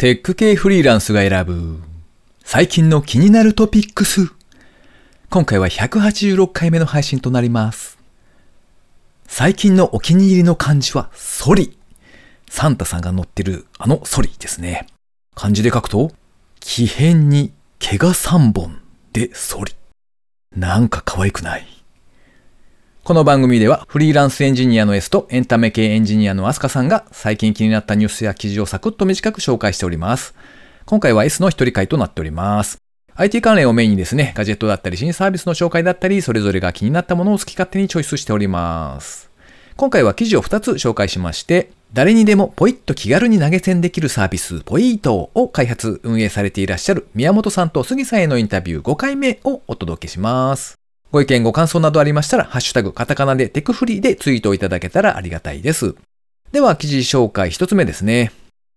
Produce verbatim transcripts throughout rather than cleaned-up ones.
テック系フリーランスが選ぶ最近の気になるトピックス。今回はひゃくはちじゅうろっかいめの配信となります。最近のお気に入りの漢字はソリ。サンタさんが乗ってるあのソリですね。漢字で書くと木偏に毛がさんぼんでソリ。なんか可愛くない？この番組ではフリーランスエンジニアの S とエンタメ系エンジニアのアスカさんが最近気になったニュースや記事をサクッと短く紹介しております。今回は S の一人会となっております。アイティー 関連をメインにですね、ガジェットだったり新サービスの紹介だったり、それぞれが気になったものを好き勝手にチョイスしております。今回は記事をふたつ紹介しまして、誰にでもポイッと気軽に投げ銭できるサービスポイートを開発運営されていらっしゃる宮本さんと杉さんへのインタビューごかいめをお届けします。ご意見ご感想などありましたら、ハッシュタグカタカナでテクフリーでツイートをいただけたらありがたいです。では記事紹介ひとつめですね。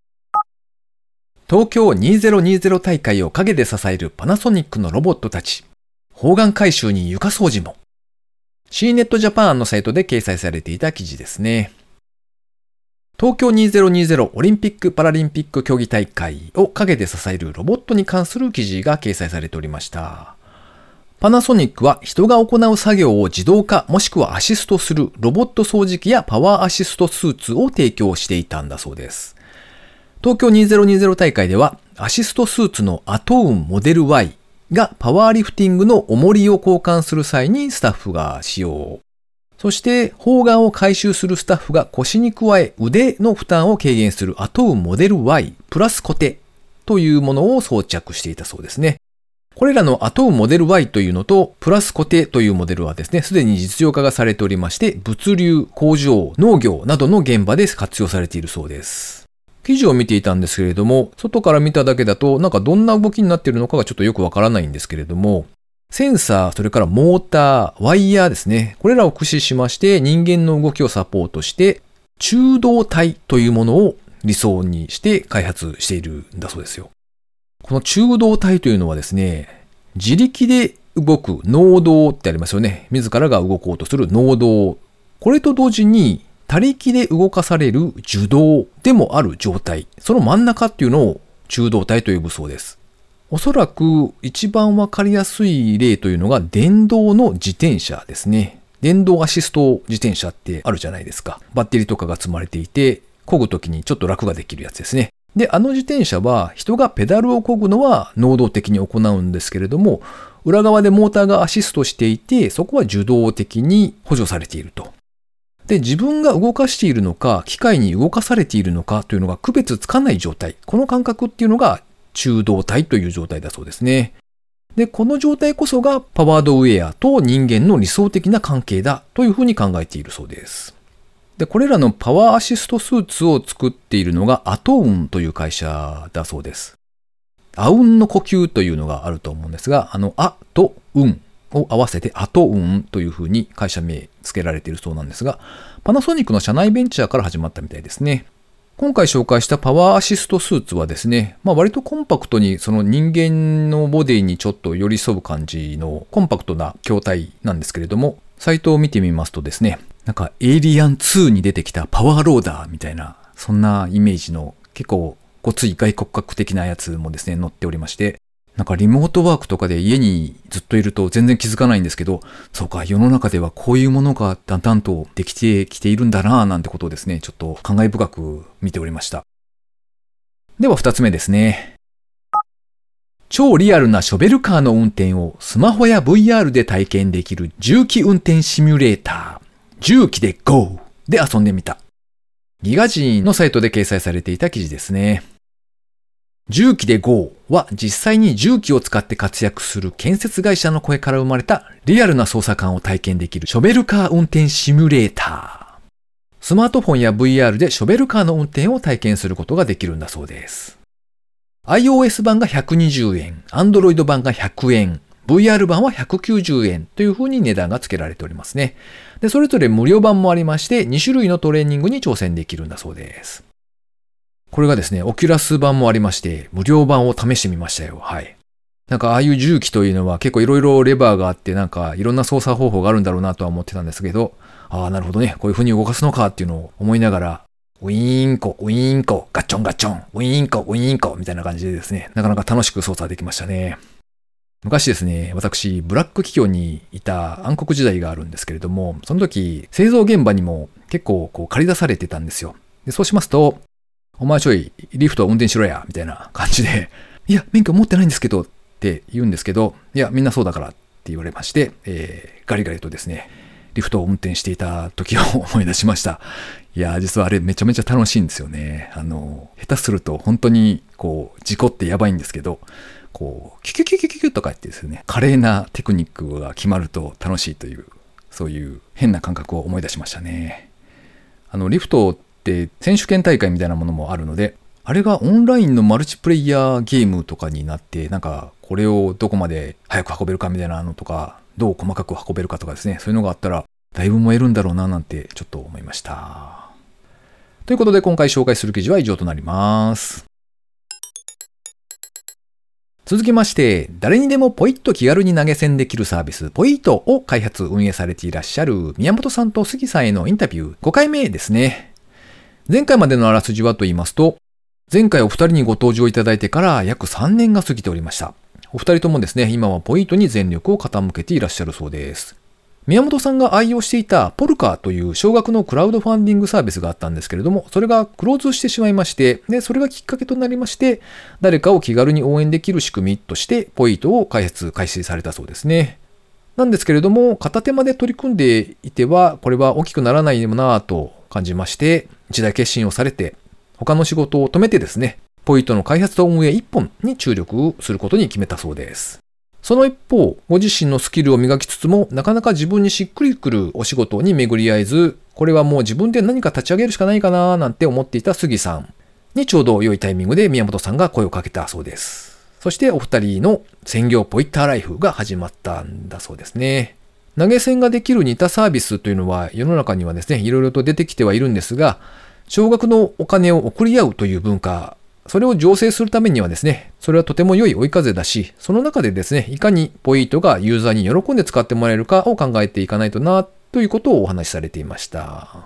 東京にせんにじゅう大会を陰で支えるパナソニックのロボットたち。方眼回収に床掃除も。シーネットジャパンのサイトで掲載されていた記事ですね。東京にせんにじゅうオリンピック・パラリンピック競技大会を陰で支えるロボットに関する記事が掲載されておりました。パナソニックは人が行う作業を自動化もしくはアシストするロボット掃除機やパワーアシストスーツを提供していたんだそうです。東京にせんにじゅう大会ではアシストスーツのアトウンモデル ワイ がパワーリフティングの重りを交換する際にスタッフが使用。そして方眼を回収するスタッフが腰に加え腕の負担を軽減するアトウンモデル ワイ プラスコテというものを装着していたそうですね。これらのアトウンモデル ワイ というのとプラスコテというモデルはですね、すでに実用化がされておりまして、物流、工場、農業などの現場で活用されているそうです。記事を見ていたんですけれども、外から見ただけだとなんかどんな動きになっているのかがちょっとよくわからないんですけれども、センサー、それからモーター、ワイヤーですね、これらを駆使しまして人間の動きをサポートして中導体というものを理想にして開発しているんだそうですよ。この中導体というのはですね、自力で動く能動ってありますよね。自らが動こうとする能動。これと同時に他力で動かされる受動でもある状態。その真ん中っていうのを中導体と呼ぶそうです。おそらく一番わかりやすい例というのが電動の自転車ですね。電動アシスト自転車ってあるじゃないですか。バッテリーとかが積まれていて、漕ぐときにちょっと楽ができるやつですね。で、あの自転車は人がペダルを漕ぐのは能動的に行うんですけれども、裏側でモーターがアシストしていて、そこは受動的に補助されていると。で、自分が動かしているのか、機械に動かされているのかというのが区別つかない状態。この感覚っていうのが中導体という状態だそうですね。で、この状態こそがパワードウェアと人間の理想的な関係だというふうに考えているそうです。で、これらのパワーアシストスーツを作っているのがアトウンという会社だそうです。アウンの呼吸というのがあると思うんですが、あのアとウンを合わせてアトウンというふうに会社名付けられているそうなんですが、パナソニックの社内ベンチャーから始まったみたいですね。今回紹介したパワーアシストスーツはですね、まあ割とコンパクトにその人間のボディにちょっと寄り添う感じのコンパクトな筐体なんですけれども、サイトを見てみますとですね、なんかエイリアンツーに出てきたパワーローダーみたいな、そんなイメージの結構ごつい外骨格的なやつもですね、載っておりまして、なんかリモートワークとかで家にずっといると全然気づかないんですけど、そうか、世の中ではこういうものがだんだんとできてきているんだなぁなんてことをですね、ちょっと感慨深く見ておりました。では二つ目ですね。超リアルなショベルカーの運転をスマホや ブイアール で体験できる重機運転シミュレーター、重機で ゴー で遊んでみた。ギガジンのサイトで掲載されていた記事ですね。重機で ゴー は実際に重機を使って活躍する建設会社の声から生まれたリアルな操作感を体験できるショベルカー運転シミュレーター。スマートフォンや ブイアール でショベルカーの運転を体験することができるんだそうです。iOS 版がひゃくにじゅうえん、Android 版がひゃくえん、ブイアール 版はひゃくきゅうじゅうえんという風に値段が付けられておりますね。で、それぞれ無料版もありまして、に種類のトレーニングに挑戦できるんだそうです。これがですね、オキュラス版もありまして、無料版を試してみましたよ。はい。なんかああいう重機というのは結構いろいろレバーがあって、なんかいろんな操作方法があるんだろうなとは思ってたんですけど、ああ、なるほどね、こういう風に動かすのかっていうのを思いながら、 ウィーンコ、ウィーンコ、ガッチョンガッチョン、ウィーンコ、ウィーンコみたいな感じでですね、なかなか楽しく操作できましたね。昔ですね、私、ブラック企業にいた暗黒時代があるんですけれども、その時、製造現場にも結構こう借り出されてたんですよ。で、そうしますと、お前ちょい、リフトを運転しろや、みたいな感じで、いや、免許持ってないんですけど、って言うんですけど、いや、みんなそうだからって言われまして、えー、ガリガリとですね、リフトを運転していた時を思い出しました。いや、実はあれめちゃめちゃ楽しいんですよね。あの、下手すると本当に、こう、事故ってやばいんですけど、こう、キュキュキュキュキュキュとか言ってですね、華麗なテクニックが決まると楽しいという、そういう変な感覚を思い出しましたね。あの、リフトって選手権大会みたいなものもあるので、あれがオンラインのマルチプレイヤーゲームとかになって、なんか、これをどこまで早く運べるかみたいなのとか、どう細かく運べるかとかですね、そういうのがあったら、だいぶ燃えるんだろうななんてちょっと思いました。ということで今回紹介する記事は以上となります。続きまして、誰にでもポイッと気軽に投げ銭できるサービス、ポイットを開発運営されていらっしゃる宮本さんと杉さんへのインタビューごかいめですね。前回までのあらすじはと言いますと、前回お二人にご登場いただいてから約さんねんが過ぎておりました。お二人ともですね、今はポイントに全力を傾けていらっしゃるそうです。宮本さんが愛用していたポルカという少額のクラウドファンディングサービスがあったんですけれども、それがクローズしてしまいまして、で、それがきっかけとなりまして、誰かを気軽に応援できる仕組みとしてポイントを開発、開始されたそうですね。なんですけれども、片手間で取り組んでいては、これは大きくならないでもなぁと感じまして、一大決心をされて、他の仕事を止めてですね、ポイントの開発と運営一本に注力することに決めたそうです。その一方、ご自身のスキルを磨きつつも、なかなか自分にしっくりくるお仕事に巡り合えず、これはもう自分で何か立ち上げるしかないかななんて思っていた杉さんにちょうど良いタイミングで宮本さんが声をかけたそうです。そしてお二人の専業ポイッターライフが始まったんだそうですね。投げ銭ができる似たサービスというのは世の中にはですね、いろいろと出てきてはいるんですが、少額のお金を送り合うという文化、それを醸成するためにはですね、それはとても良い追い風だし、その中でですね、いかにポイントがユーザーに喜んで使ってもらえるかを考えていかないとな、ということをお話しされていました。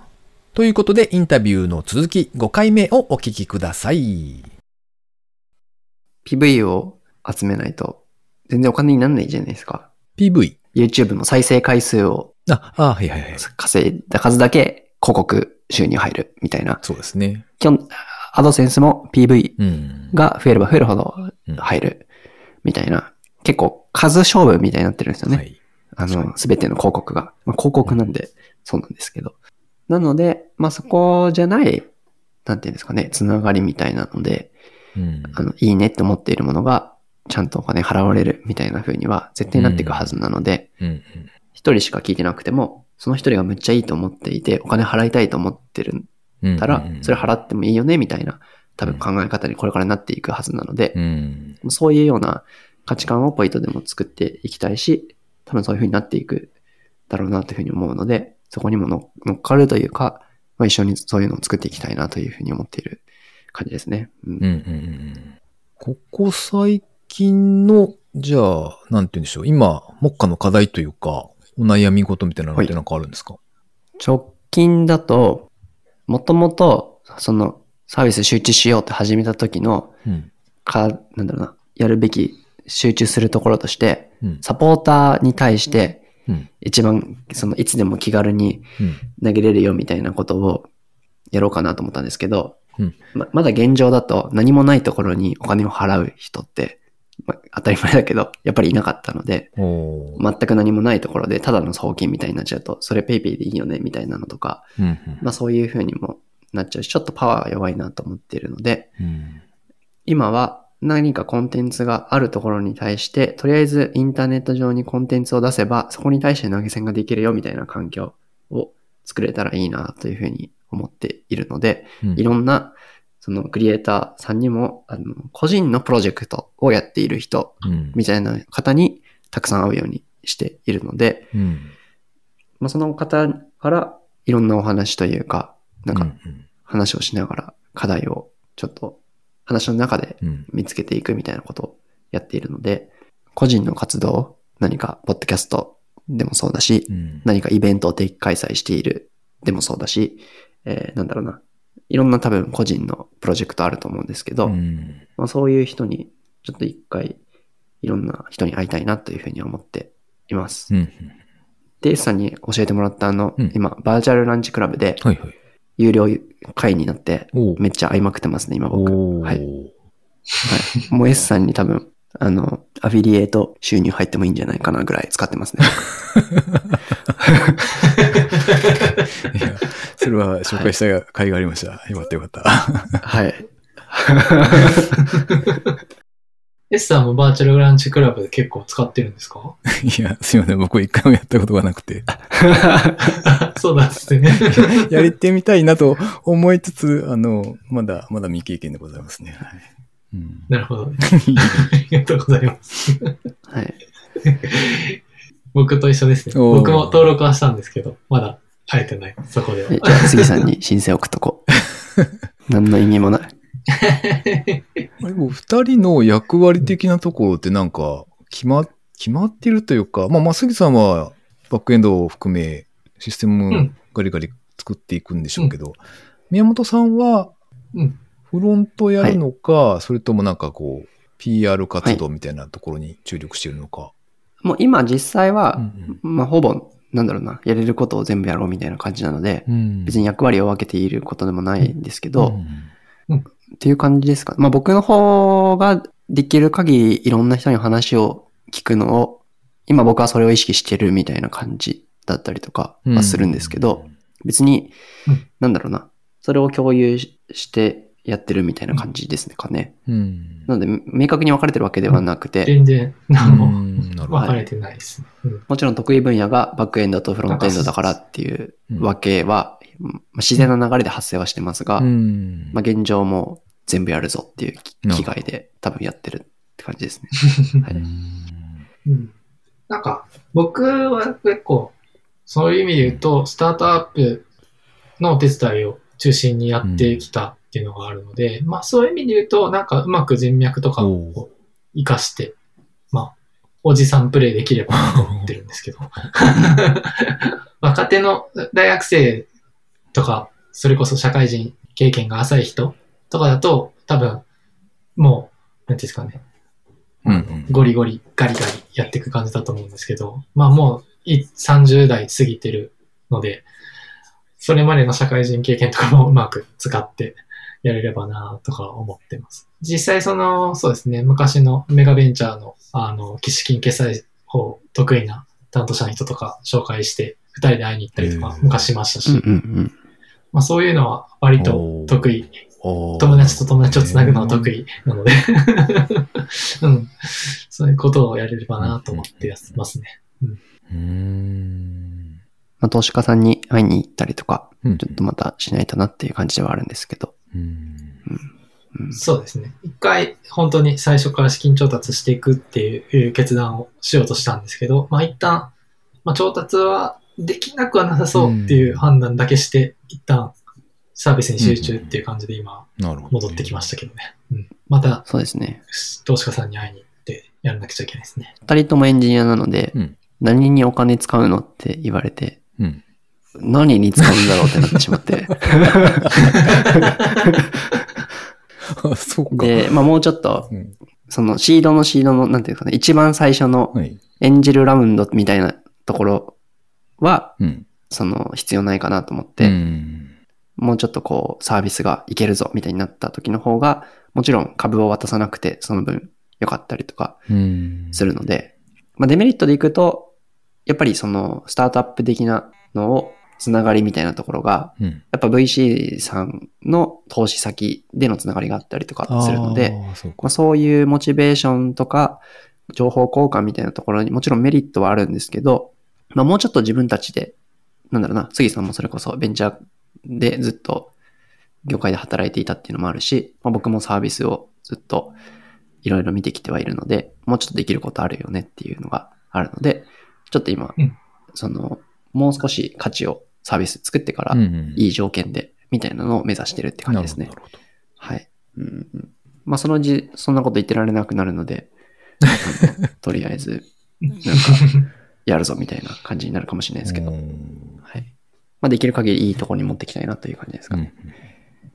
ということで、インタビューの続きごかいめをお聞きください。 ピーブイ を集めないと全然お金にならないじゃないですか。 ピーブイ？ YouTube の再生回数をあ、あ、はいはいはい。 稼いだ数だけ広告収入入るみたいな。 そうですね。 基本、アドセンスも ピーブイ が増えれば増えるほど入るみたいな。うん、結構数勝負みたいになってるんですよね。はい、あの、すべての広告が。まあ、広告なんでそうなんですけど。なので、まあそこじゃない、なんていうんですかね、つながりみたいなので、うん、あの、いいねって思っているものがちゃんとお金払われるみたいな風には絶対なっていくはずなので、一、うんうん、人しか聞いてなくても、その一人がむっちゃいいと思っていて、お金払いたいと思ってるたら、それ払ってもいいよねみたいな多分考え方にこれからなっていくはずなので、うん、そういうような価値観をポイントでも作っていきたいし、多分そういう風になっていくだろうなという風に思うので、そこにも乗っかるというか、まあ、一緒にそういうのを作っていきたいなという風に思っている感じですね。うんうんうん、 ここ最近の、じゃあ、なんて言うんでしょう、今、目下の課題というか、お悩み事みたいなのってなんかあるんですか？はい、 直近だと、もともと、その、サービス集中しようって始めた時の、うん、か、なんだろうな、やるべき集中するところとして、うん、サポーターに対して、うん、一番、その、いつでも気軽に投げれるよみたいなことをやろうかなと思ったんですけど、うんま、まだ現状だと何もないところにお金を払う人って、ま、当たり前だけど、やっぱりいなかったので、全く何もないところでただの送金みたいになっちゃうと、それペイペイでいいよねみたいなのとか、うんうん、まあそういう風にもなっちゃうし、ちょっとパワーが弱いなと思っているので、うん、今は何かコンテンツがあるところに対して、とりあえずインターネット上にコンテンツを出せば、そこに対して投げ銭ができるよみたいな環境を作れたらいいなという風に思っているので、うん、いろんなそのクリエイターさんにもあの個人のプロジェクトをやっている人みたいな方にたくさん会うようにしているので、うんまあ、その方からいろんなお話というか、なんか話をしながら課題をちょっと話の中で見つけていくみたいなことをやっているので、個人の活動、何かポッドキャストでもそうだし、うん、何かイベントを定期開催しているでもそうだし、えー、なんだろうな、 いろんな多分個人のプロジェクトあると思うんですけど、 うん、 まあ、そういう人にちょっと一回いろんな人に会いたいなというふうに思っています。 うん、 で、S さんに教えてもらったあの、 うん、 今、バーチャルランチクラブで、 はいはい。 有料会員になって、 おめっちゃ会いまくってますね、今僕。 おはい。はい。もう S さんに多分、あの、アフィリエイト収入入ってもいいんじゃないかなぐらい使ってますね。 いや、それは紹介した甲斐がありました。はい、よかったよかった。 はい。 S さんもバーチャルランチクラブで結構使ってるんですか？ いや、すいません。僕一回もやったことがなくて。 そうなんですね。 やりてみたいなと思いつつ、あの、まだ、まだ未経験でございますね。はい。うん、 なるほど。ありがとうございます。 はい。 僕と一緒ですね。僕も登録はしたんですけど、まだ会えてない。そこでは。 じゃあ杉さんに申請送っとこう。何の意味もない。 でも二人の役割的なところってなんか決ま、決まってるというか、まあ、まあ、杉さんはバックエンドを含めシステムガリガリ作っていくんでしょうけど、うん、宮本さんはフロントやるのか、はい、それともなんかこう ピーアール 活動みたいなところに注力してるのか。はい、 もう今実際は、うんうん、まあほぼなんだろうな、やれることを全部やろうみたいな感じなので、うん、別に役割を分けていることでもないんですけど、うんうん、っていう感じですか。まあ僕の方ができる限りいろんな人に話を聞くのを、今僕はそれを意識してるみたいな感じだったりとかはするんですけど、うん、別に、なんだろうな、それを共有してやってるみたいな感じですねかね。うん、なので明確に分かれてるわけではなくて、 全然何も分かれてないですね、 はいうん。もちろん得意分野がバックエンドとフロントエンドだからっていうわけは、うん、自然な流れで発生はしてますが、うんまあ、現状も全部やるぞっていう気概で多分やってるって感じですね。はいうん、なんか僕は結構そういう意味で言うとスタートアップのお手伝いを中心にやってきたっていうのがあるので、うん、まあそういう意味で言うとなんかうまく人脈とかを活かしてまあおじさんプレイできればなと思ってるんですけど若手の大学生とかそれこそ社会人経験が浅い人とかだと多分もうなんていうんですかね、うんうん、ゴリゴリガリガリやっていく感じだと思うんですけど、まあもうさんじゅう代過ぎてるのでそれまでの社会人経験とかもうまく使ってやれればなとか思ってます。実際そのそうですね昔のメガベンチャーのあの資金決済法得意な担当者の人とか紹介してふたりで会いに行ったりとか昔しましたし、うんうんうんまあ、そういうのは割と得意。友達と友達をつなぐのは得意なので、うん、そういうことをやれればなと思ってやってますね。うん、うーんまあ、投資家さんに会いに行ったりとか、ちょっとまたしないとなっていう感じではあるんですけど。うんうん、そうですね。一回本当に最初から資金調達していくっていう決断をしようとしたんですけど、まあ一旦、まあ、調達はできなくはなさそうっていう判断だけして、一旦サービスに集中っていう感じで今戻ってきましたけどね。うん、またそうですね。 投資家さんに会いに行ってやらなくちゃいけないですね。 二人ともエンジニアなので、うん、何にお金使うのって言われて、うん、何に使うんだろうってなってしまって。 あそうか。 で、まあもうちょっと、うん、そのシードのシードの、なんていうかね、一番最初のエンジェルラウンドみたいなところは、うん、その必要ないかなと思って、うん、もうちょっとこうサービスがいけるぞみたいになった時の方が、もちろん株を渡さなくてその分良かったりとかするので、まあデメリットでいくと、やっぱりそのスタートアップ的なのをつながりみたいなところが、うん、やっぱ ブイシー さんの投資先でのつながりがあったりとかするので、そうまあ、そういうモチベーションとか情報交換みたいなところにもちろんメリットはあるんですけど、まあ、もうちょっと自分たちで、なんだろうな、杉さんもそれこそベンチャーでずっと業界で働いていたっていうのもあるし、まあ、僕もサービスをずっといろいろ見てきてはいるので、もうちょっとできることあるよねっていうのがあるので、ちょっと今、うん、その、もう少し価値をサービス作ってからいい条件でみたいなのを目指してるって感じですね。なるほど。はい。うん、まあそのうちそんなこと言ってられなくなるので、とりあえずなんかやるぞみたいな感じになるかもしれないですけど、はい。まあできる限りいいところに持っていきたいなという感じですかね。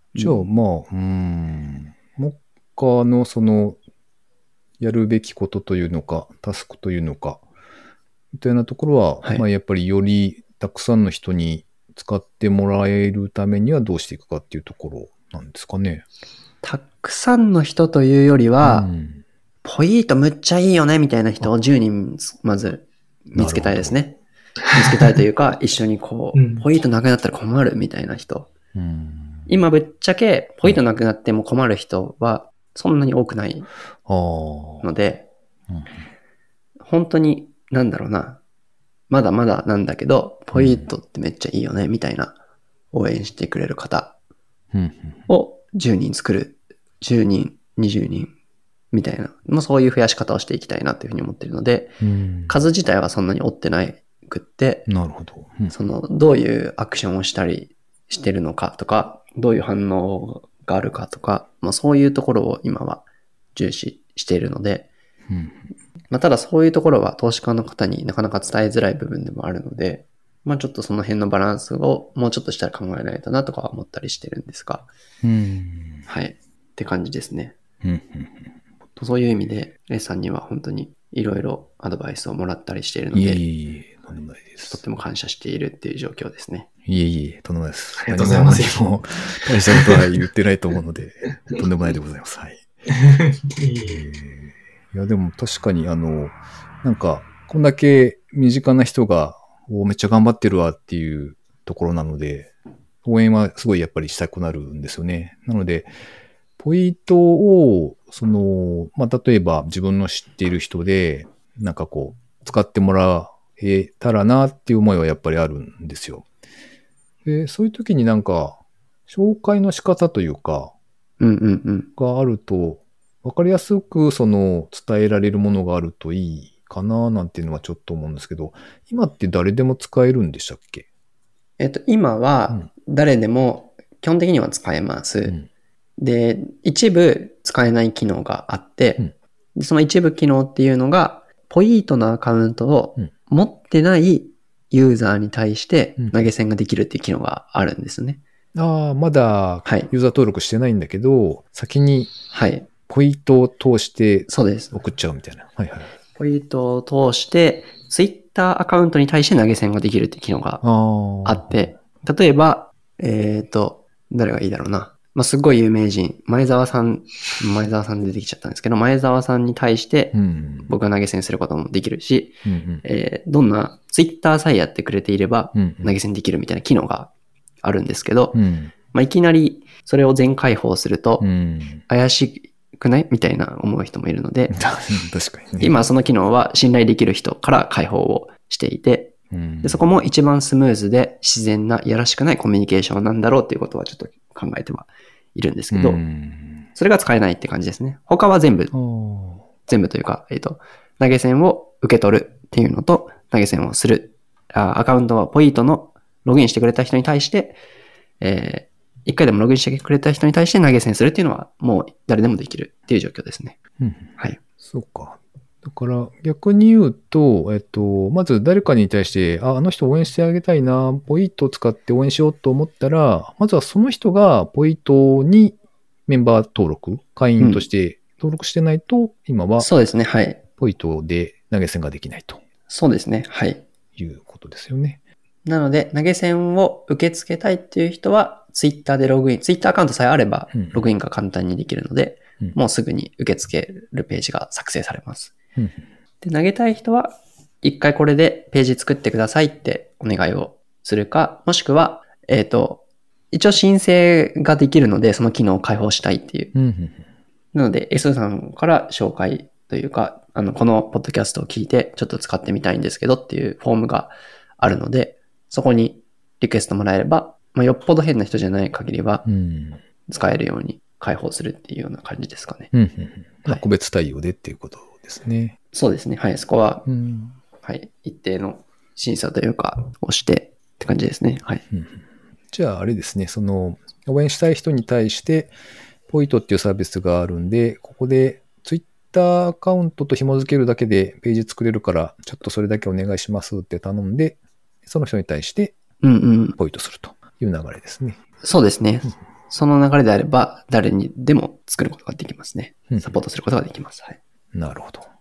じゃあ、まあ、うーん。目下のその、やるべきことというのか、タスクというのか、みたいなところは、 はいまあ、やっぱりよりたくさんの人に使ってもらえるためにはどうしていくかっていうところなんですかね。 たくさんの人というよりは、 うん、 ポイートむっちゃいいよねみたいな人をじゅうにんまず見つけたいですね。見つけたいというか、一緒にこう、 うんポイートなくなったら困るみたいな人。 うん、 今ぶっちゃけ、ポイントなくなっても困る人はそんなに多くないあーので、 うん本当に、なんだろうな、まだまだなんだけど、ポイントってめっちゃいいよね、みたいな応援してくれる方うんをじゅうにん作る。じゅうにん、にじゅうにんみたいな、もうそういう増やし方をしていきたいなというふうに思っているので、 うん数自体はそんなに追ってないくって、 なるほど。うんその、どういうアクションをしたりしてるのかとか、どういう反応があるかとか、まあそういうところを今は重視しているので、 うんまあただそういうところは投資家の方になかなか伝えづらい部分でもあるので、まあちょっとその辺のバランスをもうちょっとしたら考えないとなとかは思ったりしてるんですが、 うんはい。って感じですね。 うんうんそういう意味で、A さんには本当にいろいろアドバイスをもらったりしているので、 いえいえいえ、とんでもないです。 とっても感謝しているっていう状況ですね。 いえいえ、とんでもないです。 ありがとうございます何も、何も大したことは言ってないと思うので、とんでもないでございます。はい。 いえいえいや、でも確かに、あの、なんか、こんだけ身近な人が、おめっちゃ頑張ってるわっていうところなので、応援はすごいやっぱりしたくなるんですよね。なので、ポイントを、その、まあ、例えば自分の知っている人で、なんかこう、使ってもらえたらなっていう思いはやっぱりあるんですよ。で、そういう時になんか、紹介の仕方というか、 うんうんうん。 があると、わかりやすくその伝えられるものがあるといいかななんていうのはちょっと思うんですけど、今って誰でも使えるんでしたっけ？ えっと、今は誰でも基本的には使えます。 うんで、一部使えない機能があって、 うんでその一部機能っていうのが、ポイートのアカウントをうん持ってないユーザーに対してうん投げ銭ができるっていう機能があるんですね。 ああ、まだはい。 ユーザー登録してないんだけど、先にはい。 ポイントを通してそうです。 送っちゃうみたいな。はいはい。 ポイートを通して、ツイッターアカウントに対して投げ銭ができるっていう機能がああ。 あって、例えば、えっと、誰がいいだろうな。まあ、すっごい有名人、前澤さん、前澤さん出てきちゃったんですけど、前澤さんに対してうん。 僕が投げ銭することもできるし、 うんうんえーどんなツイッターさえやってくれていればうんうん投げ銭できるみたいな機能があるんですけど、 うんまあ、いきなりそれを全開放するとうん怪しくないみたいな思う人もいるので、 確かにね。 今その機能は信頼できる人から開放をしていて、 うんでそこも一番スムーズで自然ないやらしくないコミュニケーションなんだろうっていうことはちょっと考えてはいるんですけど、 うんそれが使えないって感じですね。他は全部、 あー全部というか、えっと、投げ銭を受け取るっていうのと、投げ銭をする。あアカウントはポイントのログインしてくれた人に対して、えー一回でもログインしてくれた人に対して投げ銭するっていうのはもう誰でもできるっていう状況ですね。 うんはい。 そうか。だから逆に言うと、えっと、まず誰かに対して、あ、あの人応援してあげたいな、ポイントを使って応援しようと思ったら、まずはその人がポイントにメンバー登録、会員として登録してないと、今はそうですね。はい。 ポイントで投げ銭ができないとそうですね。はい。 いうことですよね。 なので、投げ銭を受け付けたいっていう人は、ツイッターでログイン、ツイッターアカウントさえあればうん、 ログインが簡単にできるので、 うんもうすぐに受け付けるページが作成されます。 うんで、投げたい人は、一回これでページ作ってくださいってお願いをするか、もしくは、えっと、一応申請ができるので、その機能を開放したいっていう。 うんうんなので、S さんから紹介というか、あの、このポッドキャストを聞いて、ちょっと使ってみたいんですけどっていうフォームがあるので、そこにリクエストもらえれば、まあ、よっぽど変な人じゃない限りはう、ん使えるように開放するっていうような感じですかね。 うんうんうんまあはい個別対応でっていうことですね。 そうですね。はい。そこは、 うんはい。一定の審査というか、をしてって感じですね。はい。 うんじゃああれですね、その応援したい人に対してポイトっていうサービスがあるんで、ここでツイッターアカウントと紐付けるだけでページ作れるから、ちょっとそれだけお願いしますって頼んで、その人に対してうんうん。 ポイントするという流れですね。 そうですね。 その流れであれば、誰にでも作ることができますね。サポートすることができます。はい。 なるほど。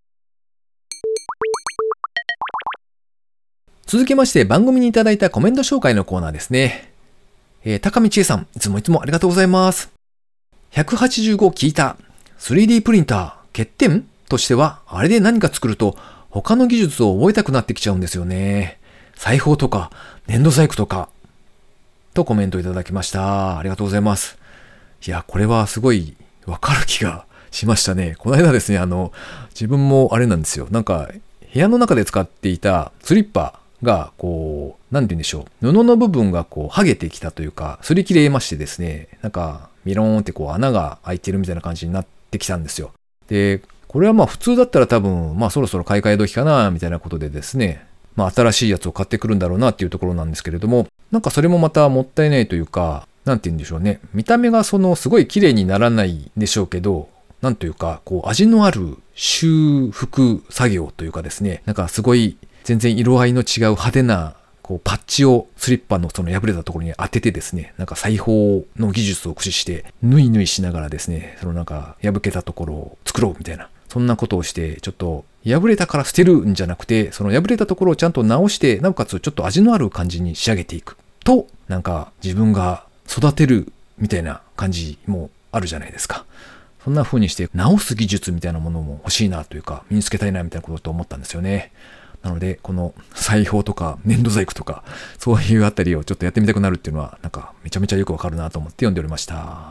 続きまして、番組にいただいたコメント紹介のコーナーですね。えー、高見千恵さん、いつもいつもありがとうございます。ひゃくはちじゅうご聞いた。スリーディー プリンター、欠点としては、あれで何か作ると、他の技術を覚えたくなってきちゃうんですよね。裁縫とか、粘土細工とか。とコメントいただきました。ありがとうございます。いや、これはすごいわかる気がしましたね。この間ですね、あの、自分もあれなんですよ。なんか、部屋の中で使っていたスリッパが、こう、なんて言うんでしょう。布の部分がこう、剥げてきたというか、擦り切れましてですね、なんか、ミローンってこう、穴が開いてるみたいな感じになってきたんですよ。で、これはまあ普通だったら多分、まあそろそろ買い替え時かな、みたいなことでですね、まあ新しいやつを買ってくるんだろうなっていうところなんですけれども、なんかそれもまたもったいないというか、なんて言うんでしょうね。見た目がそのすごい綺麗にならないんでしょうけど、なんというか、こう味のある修復作業というかですね、なんかすごい全然色合いの違う派手なこうパッチをスリッパのその破れたところに当ててですね、なんか裁縫の技術を駆使して、縫い縫いしながらですね、そのなんか破けたところを作ろうみたいな、そんなことをして、ちょっと破れたから捨てるんじゃなくて、その破れたところをちゃんと直して、なおかつちょっと味のある感じに仕上げていくと、なんか自分が育てるみたいな感じもあるじゃないですか。そんな風にして直す技術みたいなものも欲しいなというか、身につけたいなみたいなことと思ったんですよね。なので、この裁縫とか粘土細工とか、そういうあたりをちょっとやってみたくなるっていうのは、なんかめちゃめちゃよくわかるなと思って読んでおりました。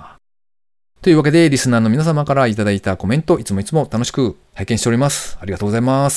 というわけで、リスナーの皆様からいただいたコメント、いつもいつも楽しく拝見しております。ありがとうございます。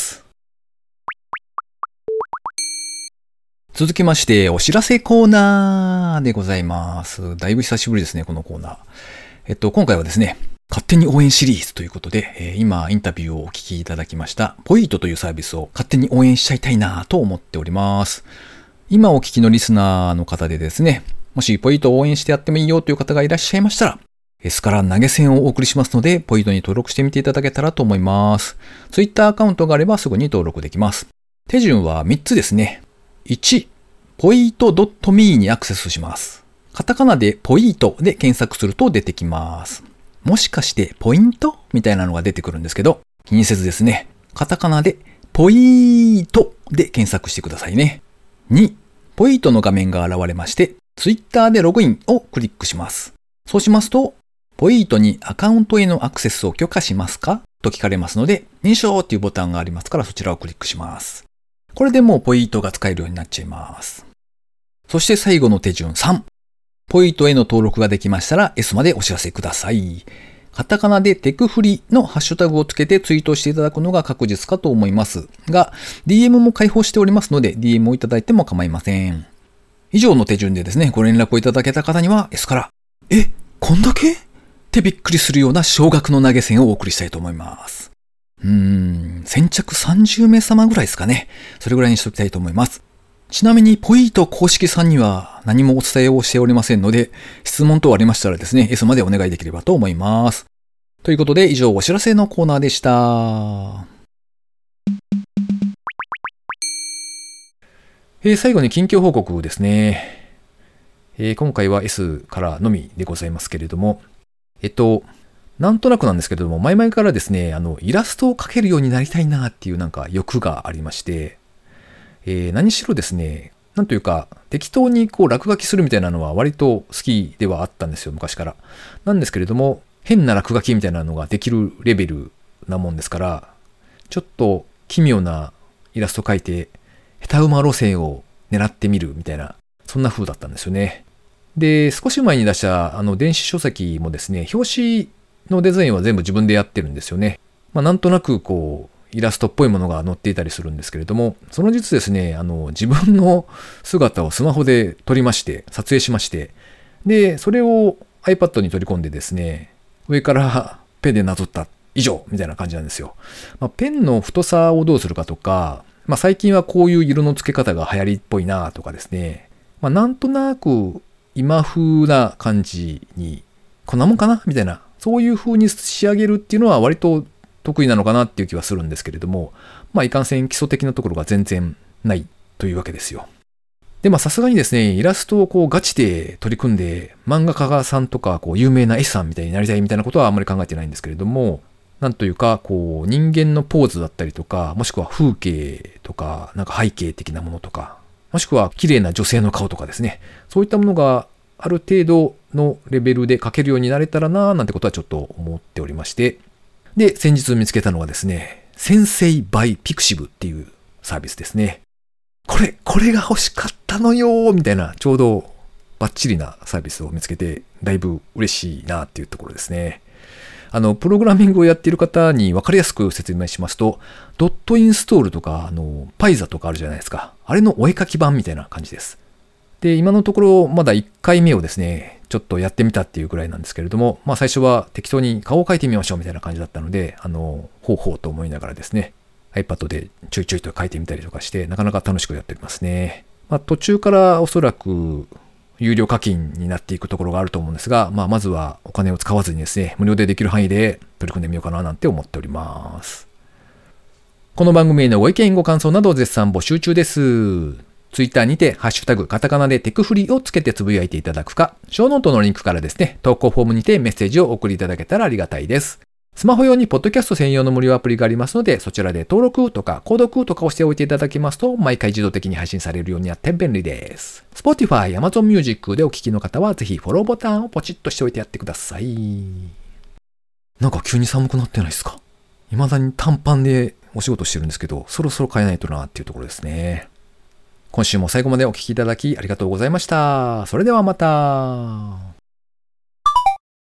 続きまして、お知らせコーナーでございます。だいぶ久しぶりですね、このコーナー。えっと、今回はですね、勝手に応援シリーズということで、えー、今インタビューをお聞きいただきましたポイートというサービスを勝手に応援しちゃいたいなと思っております。今お聞きのリスナーの方でですね、もしポイートを応援してやってもいいよという方がいらっしゃいましたら、S から投げ銭をお送りしますので、ポイートに登録してみていただけたらと思います。Twitter アカウントがあればすぐに登録できます。手順はみっつですね。いち、ポイート .me にアクセスします。カタカナでポイートで検索すると出てきます。もしかしてポイントみたいなのが出てくるんですけど、気にせずですね、カタカナでポイートで検索してくださいね。に、ポイートの画面が現れまして、Twitter でログインをクリックします。そうしますと、ポイートにアカウントへのアクセスを許可しますかと聞かれますので、認証というボタンがありますからそちらをクリックします。これでもうポイートが使えるようになっちゃいます。そして最後の手順さん。ポイートへの登録ができましたら S までお知らせください。カタカナでテクフリのハッシュタグをつけてツイートしていただくのが確実かと思いますが、ディーエム も開放しておりますので ディーエム をいただいても構いません。以上の手順でですね、ご連絡をいただけた方には S から、え、こんだけってびっくりするような少額の投げ銭をお送りしたいと思います。うーん、先着さんじゅうめい様ぐらいですかね。それぐらいにしておきたいと思います。ちなみに、ポイート公式さんには何もお伝えをしておりませんので、質問等ありましたらですね、S までお願いできればと思います。ということで、以上お知らせのコーナーでした。えー、最後に近況報告ですね。えー、今回は S からのみでございますけれども、えっと、なんとなくなんですけれども、前々からですね、あの、イラストを描けるようになりたいなっていうなんか欲がありまして、えー、何しろですね、なんというか、適当にこう落書きするみたいなのは割と好きではあったんですよ、昔から。なんですけれども、変な落書きみたいなのができるレベルなもんですから、ちょっと奇妙なイラスト描いて、下手馬路線を狙ってみるみたいな、そんな風だったんですよね。で、少し前に出したあの電子書籍もですね、表紙のデザインは全部自分でやってるんですよね。まあなんとなくこう、イラストっぽいものが載っていたりするんですけれども、その実ですね、あの、自分の姿をスマホで撮りまして、撮影しまして、で、それを iPad に取り込んでですね、上からペンでなぞった以上みたいな感じなんですよ。まあ、ペンの太さをどうするかとか、まあ、最近はこういう色の付け方が流行りっぽいなとかですね、まあ、なんとなく今風な感じに、こんなもんかなみたいな、そういう風に仕上げるっていうのは割と得意なのかなっていう気はするんですけれども、まあいかんせん基礎的なところが全然ないというわけですよ。 で、まあさすがにですね、イラストをこうガチで取り組んで、漫画家さんとかこう有名な絵師さんみたいになりたいみたいなことはあんまり考えてないんですけれども、なんというか、こう人間のポーズだったりとか、もしくは風景とか、なんか背景的なものとか、もしくは綺麗な女性の顔とかですね、そういったものがある程度のレベルで描けるようになれたらなぁなんてことはちょっと思っておりまして、で、先日見つけたのがですね、先生 by Pixiv っていうサービスですね。これ、これが欲しかったのよーみたいな、ちょうどバッチリなサービスを見つけて、だいぶ嬉しいなっていうところですね。あの、プログラミングをやっている方に分かりやすく説明しますと、ドットインストールとか、あの、パイザとかあるじゃないですか。あれのお絵描き版みたいな感じです。で、今のところまだいっかいめをですね、ちょっとやってみたっていうぐらいなんですけれども、まあ最初は適当に顔を描いてみましょうみたいな感じだったので、あの、ほうほうと思いながらですね、iPad でちょいちょいと書いてみたりとかして、なかなか楽しくやっておりますね。まあ、途中からおそらく有料課金になっていくところがあると思うんですが、まあ、まずはお金を使わずにですね、無料でできる範囲で取り組んでみようかななんて思っております。この番組へのご意見ご感想など絶賛募集中です。Twitter にてハッシュタグカタカナでテクフリをつけてつぶやいていただくか、ショーノートのリンクからですね、投稿フォームにてメッセージをお送りいただけたらありがたいです。スマホ用にポッドキャスト専用の無料アプリがありますので、そちらで登録とか購読とかをしておいていただきますと、毎回自動的に配信されるようになって便利です。Spotify、Amazon Music でお聞きの方は、ぜひフォローボタンをポチッとしておいてやってください。なんか急に寒くなってないですか？未だに短パンでお仕事してるんですけど、そろそろ変えないとなっていうところですね。今週も最後までお聞きいただきありがとうございました。それではまた。